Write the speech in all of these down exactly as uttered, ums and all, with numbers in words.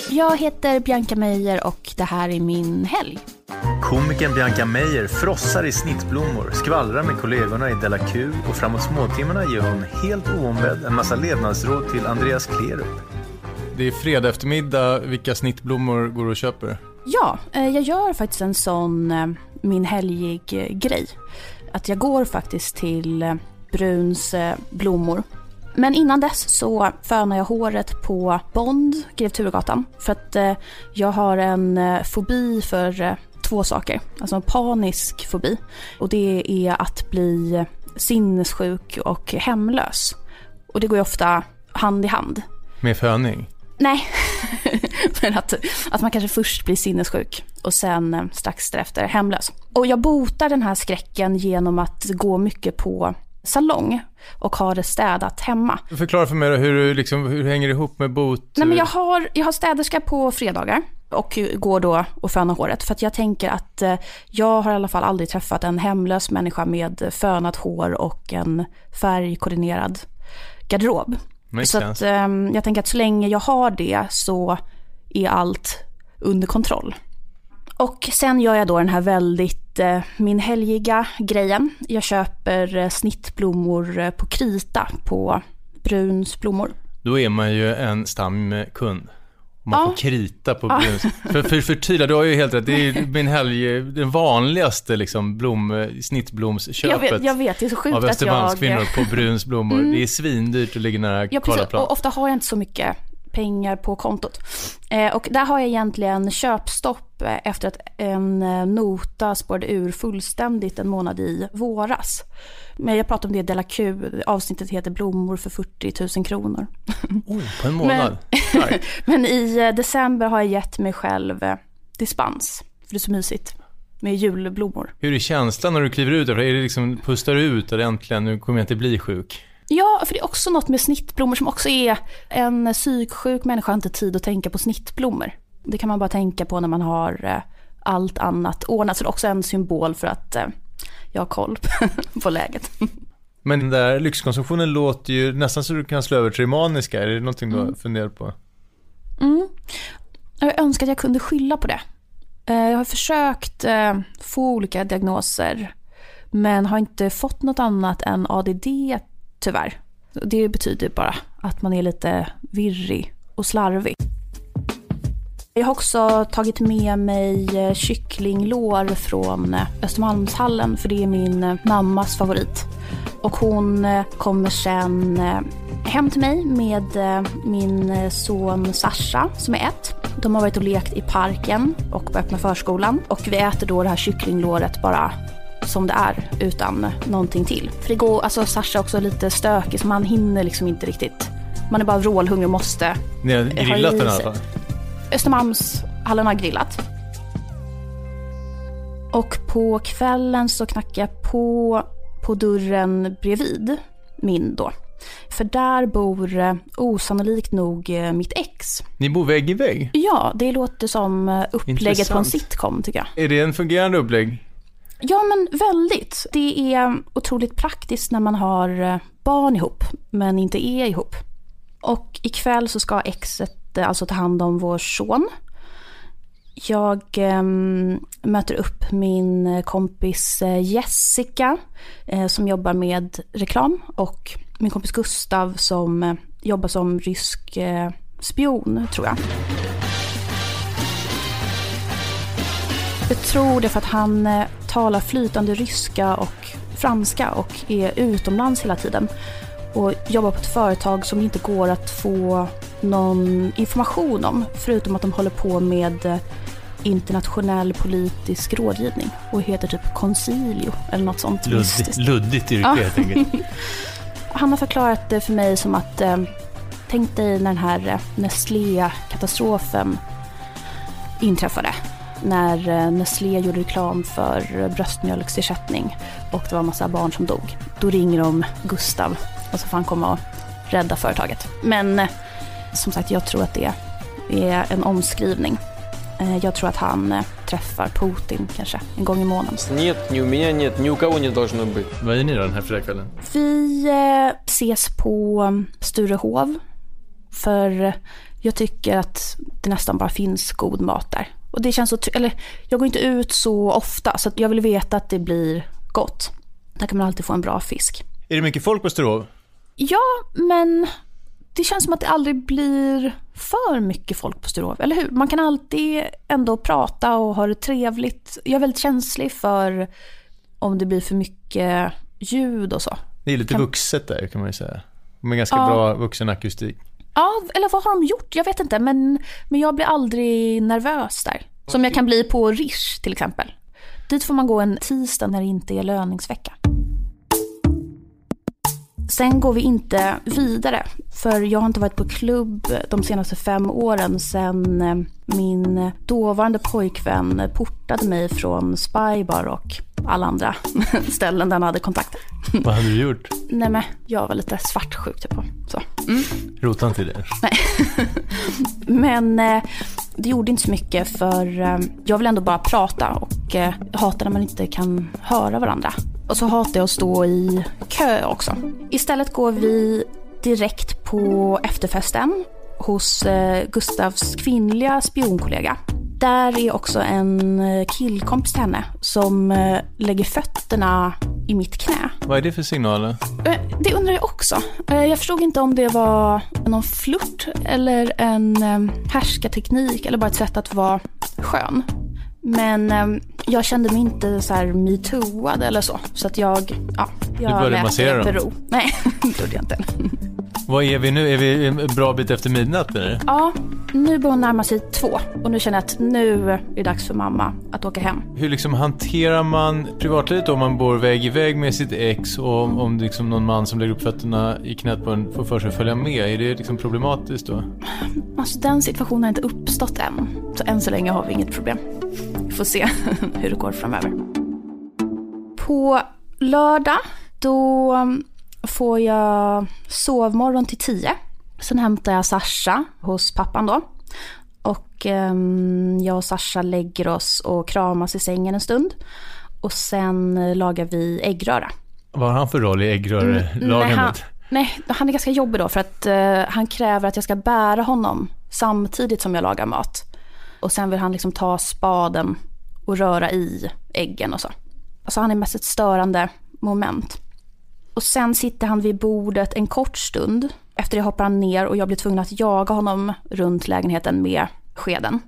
Jag heter Bianca Meijer och det här är min helg. Komikern Bianca Meijer frossar i snittblommor, skvallrar med kollegorna i Della Q och framåt småtimmarna ger hon helt oombedd en massa levnadsråd till Andreas Klerup. Det är fredag eftermiddag, vilka snittblommor går du och köper? Ja, jag gör faktiskt en sån min helgig grej. Att jag går faktiskt till Bruns blommor. Men innan dess så fönar jag håret på Bond, Grev Turegatan. För att eh, jag har en eh, fobi för eh, två saker. Alltså en panisk fobi. Och det är att bli sinnessjuk och hemlös. Och det går ju ofta hand i hand. Med föning? Nej, men att, att man kanske först blir sinnessjuk och sen eh, strax därefter hemlös. Och jag botar den här skräcken genom att gå mycket på salong och har det städat hemma. Förklara för mig då, hur du liksom, hur du hänger ihop med bot. Nej, men jag har jag har städerska på fredagar och går då och fönar håret för att jag tänker att eh, jag har i alla fall aldrig träffat en hemlös människa med fönat hår och en färgkoordinerad garderob. Makes så sense. att eh, jag tänker att så länge jag har det så är allt under kontroll. Och sen gör jag då den här väldigt eh, min helgiga grejen. Jag köper eh, snittblommor eh, på krita på Bruns blommor. Då är man ju en stamkund. Man Ja. får krita på Bruns. för, för, för tydliga, du har ju helt rätt. Det är min helg, den vanligaste liksom blom, snittblomsköpet. Jag vet, jag vet, det är så sjukt av att Östermalmskvinnor jag... på Bruns blommor. Mm. Det är svindyrt att ligga nära Ja, precis. Karlaplan. Och ofta har jag inte så mycket pengar på kontot. Eh, och där har jag egentligen köpstopp eh, efter att en eh, nota spårade ur fullständigt en månad i våras. Men jag pratar om det i Della Q. Avsnittet heter Blommor för fyrtio tusen kronor. Oj, på en månad. Men, men i eh, december har jag gett mig själv eh, dispens. För det är så mysigt med julblommor. Hur är känslan när du kliver ut? Är det liksom, pustar du ut och äntligen, nu kommer jag inte bli sjuk? Ja, för det är också något med snittblommor som också är en psyksjuk människa har inte tid att tänka på snittblommor. Det kan man bara tänka på när man har eh, allt annat ordnat. Så det är också en symbol för att eh, jag har koll på läget. Men den där lyxkonsumtionen låter ju nästan så du kan slå över till det maniska. Är det någonting du Mm. har funderat på? Mm. Jag önskar att jag kunde skylla på det. Eh, jag har försökt eh, få olika diagnoser men har inte fått något annat än A D D tyvärr. Det betyder bara att man är lite virrig och slarvig. Jag har också tagit med mig kycklinglår från Östermalmshallen för det är min mammas favorit. Och hon kommer sen hem till mig med min son Sasha som är ett. De har varit och lekt i parken och på öppna förskolan. Och vi äter då det här kycklinglåret bara som det är utan någonting till. För det går, alltså Sasha också lite stökig så man hinner liksom inte riktigt. Man är bara vrålhungrig och måste. Ni har grillat den i alla fall? Östermalmshallen har grillat. Och på kvällen så knackar jag på på dörren bredvid min då. För där bor osannolikt nog mitt ex. Ni bor vägg i vägg? Ja, det låter som upplägget Intressant. på en sitcom tycker jag. Är det en fungerande upplägg? Ja, men väldigt. Det är otroligt praktiskt när man har barn ihop men inte är ihop. Och ikväll så ska exet alltså ta hand om vår son. Jag eh, möter upp min kompis Jessica eh, som jobbar med reklam och min kompis Gustav som eh, jobbar som rysk eh, spion tror jag. Jag tror det för att han eh, talar flytande ryska och franska och är utomlands hela tiden. Och jobbar på ett företag som inte går att få någon information om. Förutom att de håller på med eh, internationell politisk rådgivning. Och heter typ Concilio eller något sånt. Luddigt, luddigt yrke Ja. helt enkelt. Han har förklarat det för mig som att eh, tänk dig när den här eh, Nestlé-katastrofen inträffade. När eh, Nestlé gjorde reklam för eh, bröstmjölksersättning och det var en massa barn som dog. Då ringer de Gustav och så får han komma och rädda företaget. Men eh, som sagt, jag tror att det är en omskrivning. Eh, jag tror att han eh, träffar Putin kanske en gång i månaden. Нет, ни у меня нет, ни у кого не должно быть. Vad är ni då den här fredagskvällen? Vi eh, ses på Sturehov. För Jag tycker att det nästan bara finns god mat där. Och det känns så, eller jag går inte ut så ofta så att jag vill veta att det blir gott. Där kan man alltid få en bra fisk. Är det mycket folk på Sturehof? Ja, men det känns som att det aldrig blir för mycket folk på Sturehof, eller hur? Man kan alltid ändå prata och ha det trevligt. Jag är väldigt känslig för om det blir för mycket ljud och så. Det är lite kan... vuxet där kan man ju säga. Med ganska ja. bra vuxen akustik. Ja, eller vad har de gjort? Jag vet inte, men, men jag blir aldrig nervös där. Som jag kan bli på Rish till exempel. Dit får man gå en tisdag när det inte är löningsvecka. Sen går vi inte vidare, för jag har inte varit på klubb de senaste fem åren sedan min dåvarande pojkvän portade mig från Spybar och alla andra ställen där han hade kontakter. Vad hade du gjort? Nej men, jag var lite svartsjuk typ. Så. Mm. Rotan till det? Nej. Men eh, det gjorde inte så mycket, för eh, jag vill ändå bara prata och eh, hatar när man inte kan höra varandra. Och så hatar jag att stå i kö också. Istället går vi direkt på efterfesten hos eh, Gustavs kvinnliga spionkollega. Där är också en killkompis till henne som eh, lägger fötterna i mitt knä. Vad är det för signaler? Eh, det undrar jag också. Eh, jag förstod inte om det var någon flört eller en eh, härskarteknik eller bara ett sätt att vara skön. Men eh, jag kände mig inte så här me-tooad eller så. Så att jag, ja, jag lät det bero. Nej, det trodde jag inte. Vad är vi nu? Är vi en bra bit efter midnatt eller? Ja, nu börjar hon närma sig två. Och nu känner jag att nu är det dags för mamma att åka hem. Hur liksom hanterar man privatlivet om man bor väg i väg med sitt ex och om, om liksom någon man som lägger upp fötterna i knät på en får för sig att följa med? Är det liksom problematiskt då? Alltså den situationen har inte uppstått än. Så än så länge har vi inget problem. Vi får se hur det går framöver. På lördag då får jag sovmorgon till tio. Sen hämtar jag Sasha hos pappan då. Och eh, jag och Sasha lägger oss och kramas i sängen en stund. Och sen lagar vi äggröra. Vad har han för roll i äggröre-lagandet? Mm, nej, nej, han är ganska jobbig då för att eh, han kräver att jag ska bära honom samtidigt som jag lagar mat. Och sen vill han liksom ta spaden och röra i äggen och så. Alltså han är mest ett störande moment. Och sen sitter han vid bordet en kort stund. Efter det hoppar han ner och jag blir tvungen att jaga honom runt lägenheten med skeden.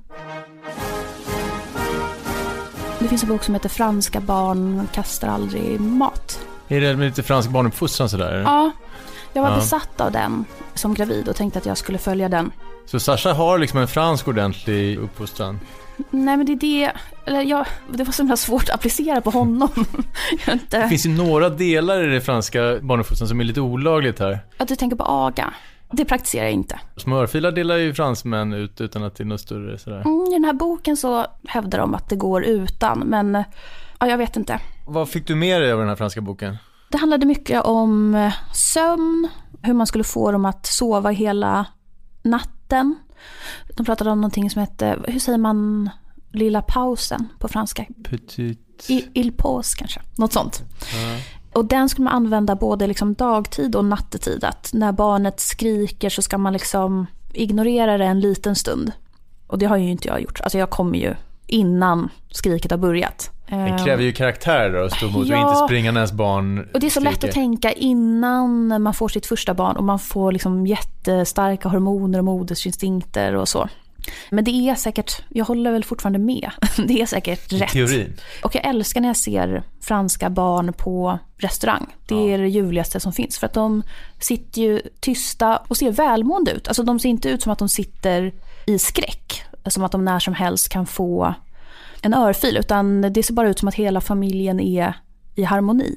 Det finns en bok som heter Franska barn kastar aldrig mat. Är det lite fransk barnuppfostran sådär? Ja, jag var ja. besatt av den som gravid och tänkte att jag skulle följa den. Så Sasha har liksom en fransk ordentlig uppfostran? Nej men det är det, eller jag, det var så himla svårt att applicera på honom. jag inte... Det finns ju några delar i det franska barnuppfostran som är lite olagligt här. Att du tänker på aga, det praktiserar jag inte. Smörfilar delar ju fransmän ut utan att det är något större sådär. Mm, I den här boken så hävdar de att det går utan, men ja, jag vet inte. Vad fick du med dig av den här franska boken? Det handlade mycket om sömn, hur man skulle få dem att sova hela natten. De pratade om någonting som heter, hur säger man lilla pausen på franska? Petit. I, il pause kanske, något sånt. Ja. Och den skulle man använda både liksom dagtid och nattetid. Att när barnet skriker så ska man liksom ignorera det en liten stund. Och det har ju inte jag gjort. Alltså jag kommer ju innan skriket har börjat. Den kräver ju karaktär då, att stå mot ja. Och inte springa när ens barn Och det är så skriker. lätt att tänka innan man får sitt första barn och man får liksom jättestarka hormoner och modersinstinkter och så. Men det är säkert, jag håller väl fortfarande med. Det är säkert rätt. Teorin. Och jag älskar när jag ser franska barn på restaurang. Det är ja. det ljuvligaste som finns. För att de sitter ju tysta och ser välmående ut. Alltså de ser inte ut som att de sitter i skräck. Som att de när som helst kan få en örfil. Utan det ser bara ut som att hela familjen är i harmoni.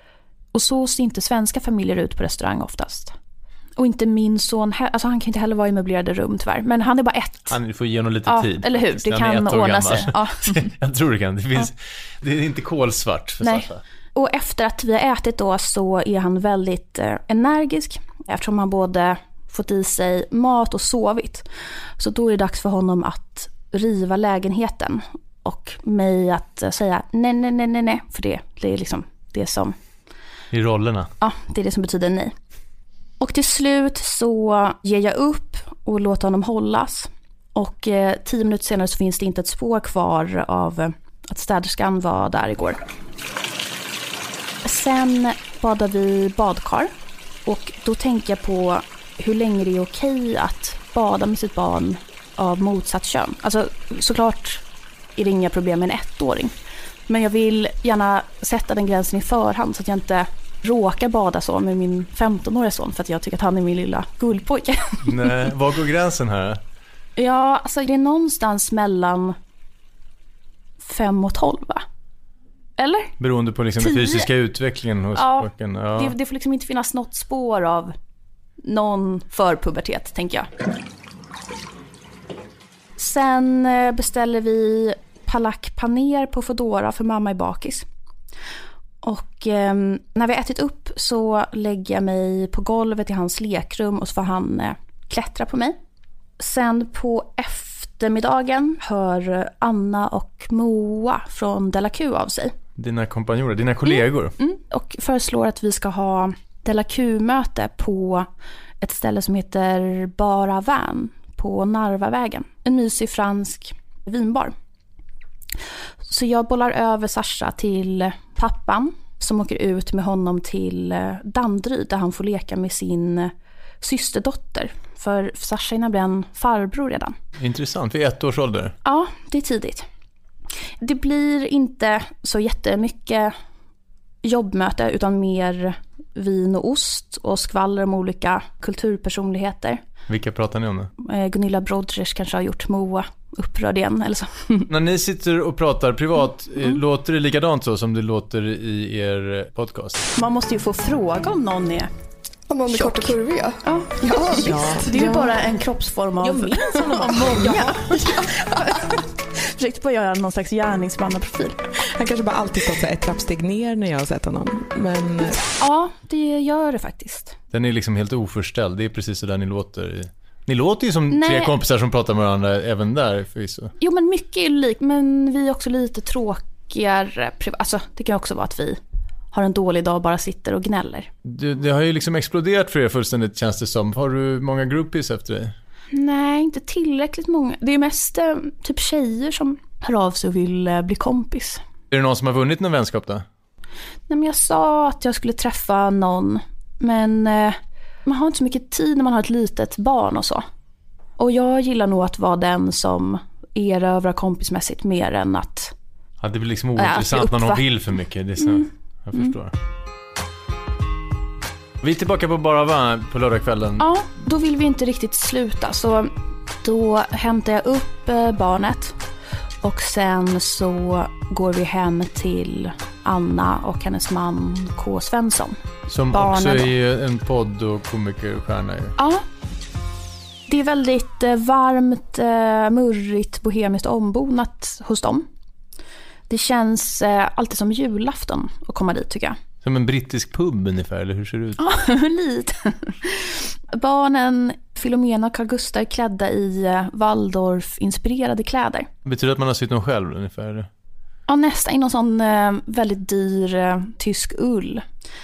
Och så ser inte svenska familjer ut på restaurang oftast. Och inte min son, alltså han kan inte heller vara i möblerade rum tyvärr. Men han är bara ett. Han får ge honom lite ja, tid. Eller hur, det kan ordna sig. Ja. Jag tror det kan, det, finns, ja. det är inte kolsvart för Nej. Sasha. Och efter att vi har ätit då så är han väldigt eh, energisk. Eftersom han både fått i sig mat och sovit. Så då är det dags för honom att riva lägenheten. Och mig att eh, säga nej, nej, nej, nej, nej. För det, det är liksom det som... I rollerna. Ja, det är det som betyder nej. Och till slut så ger jag upp och låta honom hållas. Och eh, tio minuter senare så finns det inte ett spår kvar av eh, att städerskan var där igår. Sen badar vi badkar. Och då tänker jag på hur länge det är okej att bada med sitt barn av motsatt kön. Alltså såklart är det inga problem med en ettåring. Men jag vill gärna sätta den gränsen i förhand så att jag inte råkar bada så med min femtonåriga son för att jag tycker att han är min lilla gullpojke. Nej, var går gränsen här? Ja, alltså det är någonstans mellan fem och tolv, va? Eller? Beroende på liksom den fysiska utvecklingen hos ja, pojken. Ja, det, det får liksom inte finnas något spår av någon förpubertet, tänker jag. Sen beställer vi palak paner på Foodora för mamma i bakis. Och eh, när vi har ätit upp så lägger jag mig på golvet i hans lekrum och så får han eh, klättra på mig. Sen på eftermiddagen hör Anna och Moa från Della Q av sig. Dina kompanjoner, dina kollegor. Mm, mm, och föreslår att vi ska ha Della Q-möte på ett ställe som heter Bara Vän på Narvavägen. En mysig fransk vinbar. Så jag bollar över Sasha till pappan som åker ut med honom till Danderyd där han får leka med sin systerdotter. För Sasha är nämligen farbror redan. Intressant, vid ett års ålder. Ja, det är tidigt. Det blir inte så jättemycket jobbmöte utan mer vin och ost och skvaller om olika kulturpersonligheter. Vilka pratar ni om då? Eh, Gunilla Brodgers kanske har gjort Moa upprörd igen eller så. När ni sitter och pratar privat, Mm. Mm. låter det likadant så som det låter i er podcast? Man måste ju få fråga om någon är om någon är kort och kurvig, ja. Ja, ja, ja. Det är ju bara en kroppsform av, av många. Försökte bara göra någon slags gärningsmannaprofil. Han kanske bara alltid stått så ett trappsteg ner när jag har sett honom. Men... Ja, det gör det faktiskt. Den är liksom helt oförställd. Det är precis så där ni låter. Ni låter ju som Nej. tre kompisar som pratar med varandra även där förvisso. Jo, men mycket är likt. Men vi är också lite tråkigare. Alltså, det kan också vara att vi har en dålig dag och bara sitter och gnäller. Det, det har ju liksom exploderat för er fullständigt, känns det som. Har du många groupies efter dig? Nej, inte tillräckligt många. Det är mest eh, typ tjejer som hör av sig och vill eh, bli kompis. Är det någon som har vunnit någon vänskap då? Nej, men jag sa att jag skulle träffa någon. Men eh, man har inte så mycket tid när man har ett litet barn och så. Och jag gillar nog att vara den som erövrar kompismässigt mer än att... Ja, det blir liksom ointressant när någon vill för mycket. Det är så, mm. Jag förstår. Mm. Vi är tillbaka på Bara Vän på lördagskvällen. Ja, då vill vi inte riktigt sluta. Så då hämtar jag upp barnet. Och sen så går vi hem till Anna och hennes man K. Svensson. Som Barnen också då. är en podd- och komikerstjärna. Ja. Det är väldigt varmt, murrigt, bohemiskt ombonat hos dem. Det känns alltid som julafton att komma dit, tycker jag. Som en brittisk pub ungefär, eller hur ser det ut? Ja, lite. Barnen, Filomena och Carl Gustav, är klädda i Waldorf-inspirerade kläder. Betyder det att man har sytt dem själv ungefär? Eller? Ja, nästan i någon sån väldigt dyr tysk ull.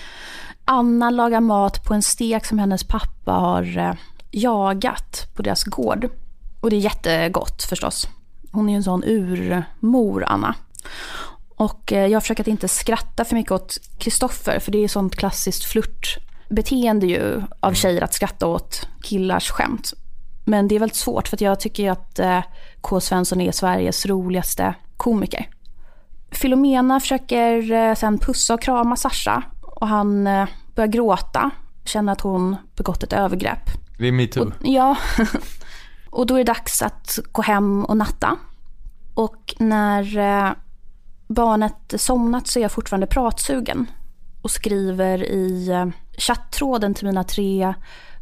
Anna lagar mat på en stek som hennes pappa har jagat på deras gård. Och det är jättegott förstås. Hon är ju en sån urmor, Anna. Och jag försöker att inte skratta för mycket åt Kristoffer, för det är sånt klassiskt flirtbeteende ju av tjejer att skratta åt killars skämt. Men det är väldigt svårt för att jag tycker att K. Svensson är Sveriges roligaste komiker. Filomena försöker sen pussa och krama Sasha och han börjar gråta, känner att hon begått ett övergrepp. Det är MeToo. Och, ja, och då är det dags att gå hem och natta. Och när barnet somnat så är jag fortfarande pratsugen och skriver i chatttråden till mina tre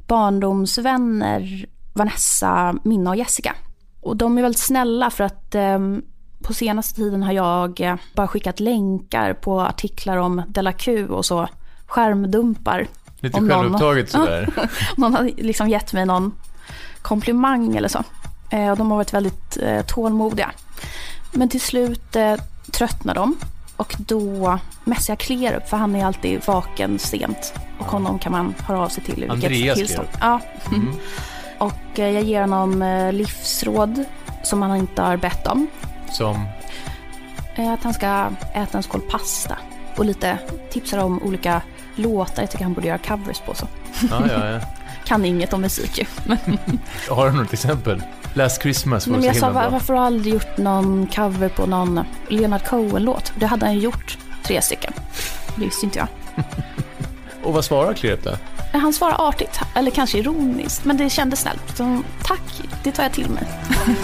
barndomsvänner Vanessa, Minna och Jessica. Och de är väldigt snälla för att eh, på senaste tiden har jag bara skickat länkar på artiklar om Della Q och så skärmdumpar. Lite självupptaget sådär. Någon har liksom gett mig någon komplimang eller så. Eh, och de har varit väldigt eh, tålmodiga. Men till slut eh, tröttnar de och då mässar jag Claire upp, för han är alltid vaken sent och honom kan man höra av sig till i vilket Andreas tillstånd. Ja. Mm. Och Och eh, jag ger honom eh, livsråd som han inte har bett om. Som? Eh, att han ska äta en skål pasta. Och lite tipsar om olika låtar jag tycker han borde göra covers på. Så. Ja, ja, ja. Kan inget om musik ju. Har du något exempel? Last Christmas var Men så jag sa, himla var, bra. varför har du aldrig gjort någon cover på någon Leonard Cohen-låt? Det hade han gjort tre stycken. Det visste inte jag. Och vad svarar Klerup då? Han svarar artigt, eller kanske ironiskt, men det kändes snällt. Så, tack, det tar jag till mig.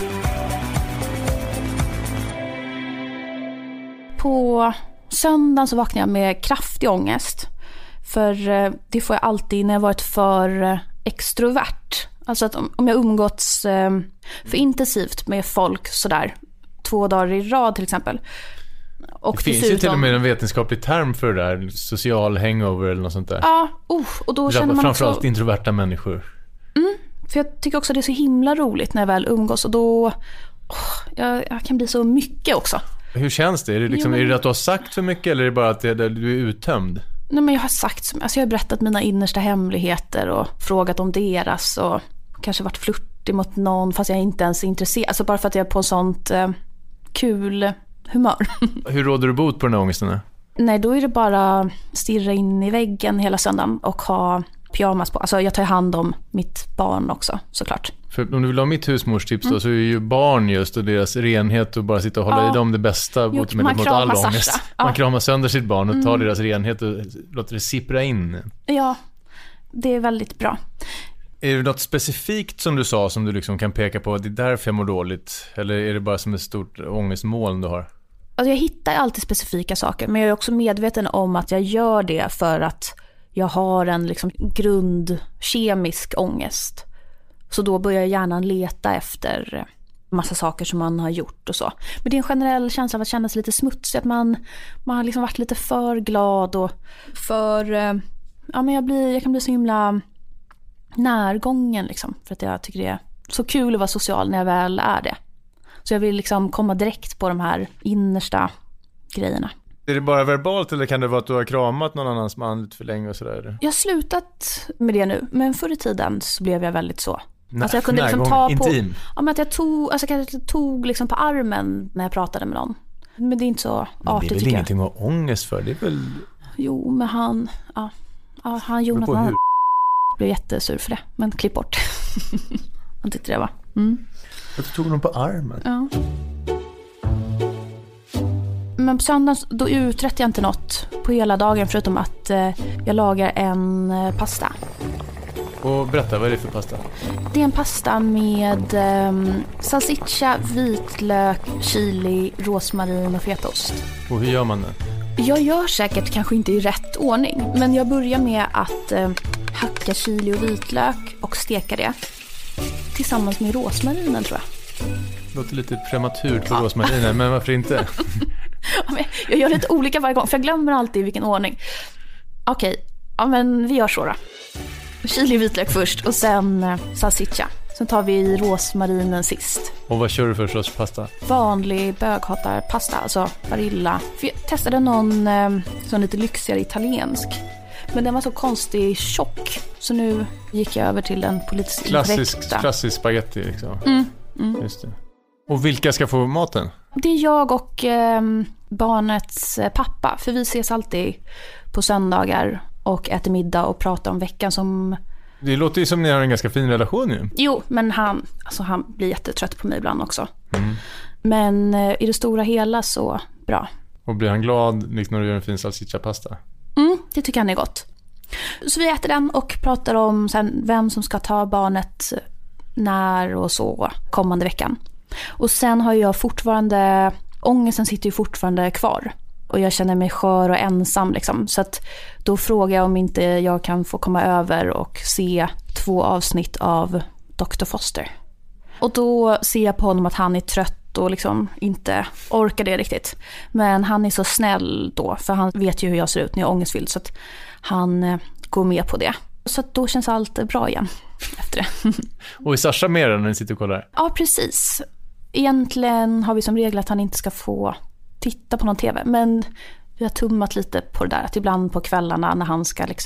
På söndagen så vaknade jag med kraftig ångest. För det får jag alltid när jag varit för extrovert. Alltså att om jag umgåtts för intensivt med folk sådär två dagar i rad till exempel. Och det finns ju till och med en vetenskaplig term för det där, social hangover eller något sånt där. Ja, uh, och då känner man framförallt också... introverta människor. Mm, för jag tycker också det är så himla roligt när jag väl umgås och då... Oh, jag, jag kan bli så mycket också. Hur känns det? Är det, liksom, jo, men... är det att du har sagt för mycket eller är det bara att det, det, du är uttömd? Nej, men jag har sagt, alltså jag har berättat mina innersta hemligheter och frågat om deras och kanske varit flirtig mot någon fast jag inte ens är intresserad. Alltså bara för att jag är på sånt eh, kul humör. Hur råder du bot på den här ångesten? Nej, då är det bara stirra in i väggen hela söndagen och ha pyjamas på. Alltså jag tar hand om mitt barn också, såklart. För om du vill ha mitt husmorstips då, mm. så är ju barn just och deras renhet och bara sitta och hålla ja. i dem det bästa mot, jo, mot all ångest. Ja. Man kramar sönder sitt barn och tar mm. deras renhet och låter det sippra in. Ja, det är väldigt bra. Är det något specifikt som du sa som du liksom kan peka på att det är därför jag mår dåligt? Eller är det bara som ett stort ångestmoln du har? Alltså jag hittar alltid specifika saker, men jag är också medveten om att jag gör det för att jag har en liksom grundkemisk ångest. Så då börjar hjärnan leta efter massa saker som man har gjort och så. Men det är en generell känsla av att känna sig lite smutsig. Att man, man har liksom varit lite för glad och för... Ja, men jag, blir, jag kan bli så himla närgången liksom. För att jag tycker det är så kul att vara social när jag väl är det. Så jag vill liksom komma direkt på de här innersta grejerna. Är det bara verbalt eller kan det vara att du har kramat någon annans man lite för länge och sådär? Jag har slutat med det nu, men förr i tiden så blev jag väldigt så. Nä, alltså jag kunde liksom ta intim. på... Ja, men att jag tog, alltså jag tog liksom på armen när jag pratade med någon. Men det är inte så men artigt, det är väl tycker ingenting jag. att ha ångest för? Det är väl... Jo, men han... Ja, ja han Jonathan han blev jättesur för det. Men klipp bort. Han tyckte det var... Mm. Att du tog honom på armen? Ja. Men på söndagen då uträttar jag inte något på hela dagen förutom att eh, jag lagar en eh, pasta. Och berätta, vad är det för pasta? Det är en pasta med eh, salsiccia, vitlök, chili, rosmarin och fetaost. Och hur gör man det? Jag gör säkert kanske inte i rätt ordning, men jag börjar med att eh, hacka chili och vitlök och steka det tillsammans med rosmarinen, tror jag. Det låter lite prematurt på ja. rosmarinen, men varför inte? Jag gör lite olika varje gång, för jag glömmer alltid i vilken ordning. Okej, ja, men vi gör så då. Chili vitlök först och sen eh, salsiccia. Sen tar vi rosmarinen sist. Och vad kör du för sorts pasta? Vanlig böghatarpasta, alltså Barilla. För jag testade någon eh, sån lite lyxigare italiensk. Men den var så konstig tjock. Så nu gick jag över till den politiskt klassisk, inkorrekta. Klassisk spaghetti liksom. Mm, mm. Just det. Och vilka ska få maten? Det är jag och eh, barnets pappa. För vi ses alltid på söndagar och äter middag och pratar om veckan som... Det låter ju som ni har en ganska fin relation nu. Jo, men han, alltså han blir jättetrött på mig ibland också. Mm. Men eh, i det stora hela så bra. Och blir han glad liksom när du gör en fin salsiccia-pasta? Mm, det tycker han är gott. Så vi äter den och pratar om sen vem som ska ta barnet när och så kommande veckan. Och sen har jag fortfarande, ångesten sitter ju fortfarande kvar. Och jag känner mig skör och ensam liksom. Så att då frågar jag om inte jag kan få komma över och se två avsnitt av doktor Foster. Och då ser jag på honom att han är trött och liksom inte orkar det riktigt. Men han är så snäll då, för han vet ju hur jag ser ut när jag är ångestfylld. Så att han eh, går med på det. Så att då känns allt bra igen efter det. Och är Sasha med när ni sitter och kollar? Ja, precis. Egentligen har vi som regel att han inte ska få titta på någon tv. Men vi har tummat lite på det där. Att ibland på kvällarna när han ska liksom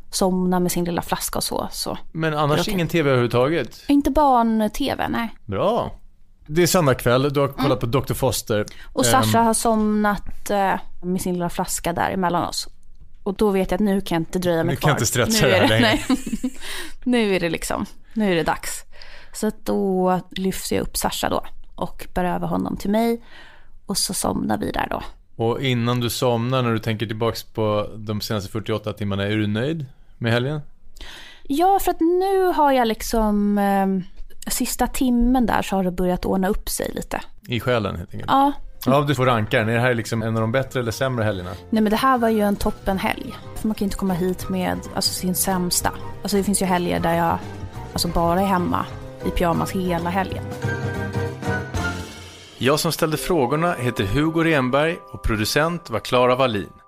somna med sin lilla flaska och så. så. Men annars Okej. ingen tv överhuvudtaget? Inte barn-tv, nej. Bra. Det är söndag kväll, du har kollat mm. på doktor Foster. Och Sasha um, har somnat uh, med sin lilla flaska där emellan oss. Och då vet jag att nu kan jag inte dröja mig kvar. kvar. Nu kan inte stretcha nu det här det, längre. Nu är det liksom, nu är det dags. Så att då lyfter jag upp Sasha då och bär över honom till mig. Och så somnar vi där då. Och innan du somnar, när du tänker tillbaka på de senaste fyrtioåtta timmarna, är du nöjd med helgen? Ja, för att nu har jag liksom eh, sista timmen där så har det börjat ordna upp sig lite. I själen helt enkelt? Ja. Ja, du får ranka den. Är det här liksom en av de bättre eller sämre helgerna? Nej, men det här var ju en toppenhelg. För man kan inte komma hit med alltså, sin sämsta. Alltså det finns ju helger där jag alltså, bara är hemma i pyjamas hela helgen. Jag som ställde frågorna heter Hugo Renberg och producent var Clara Wallin.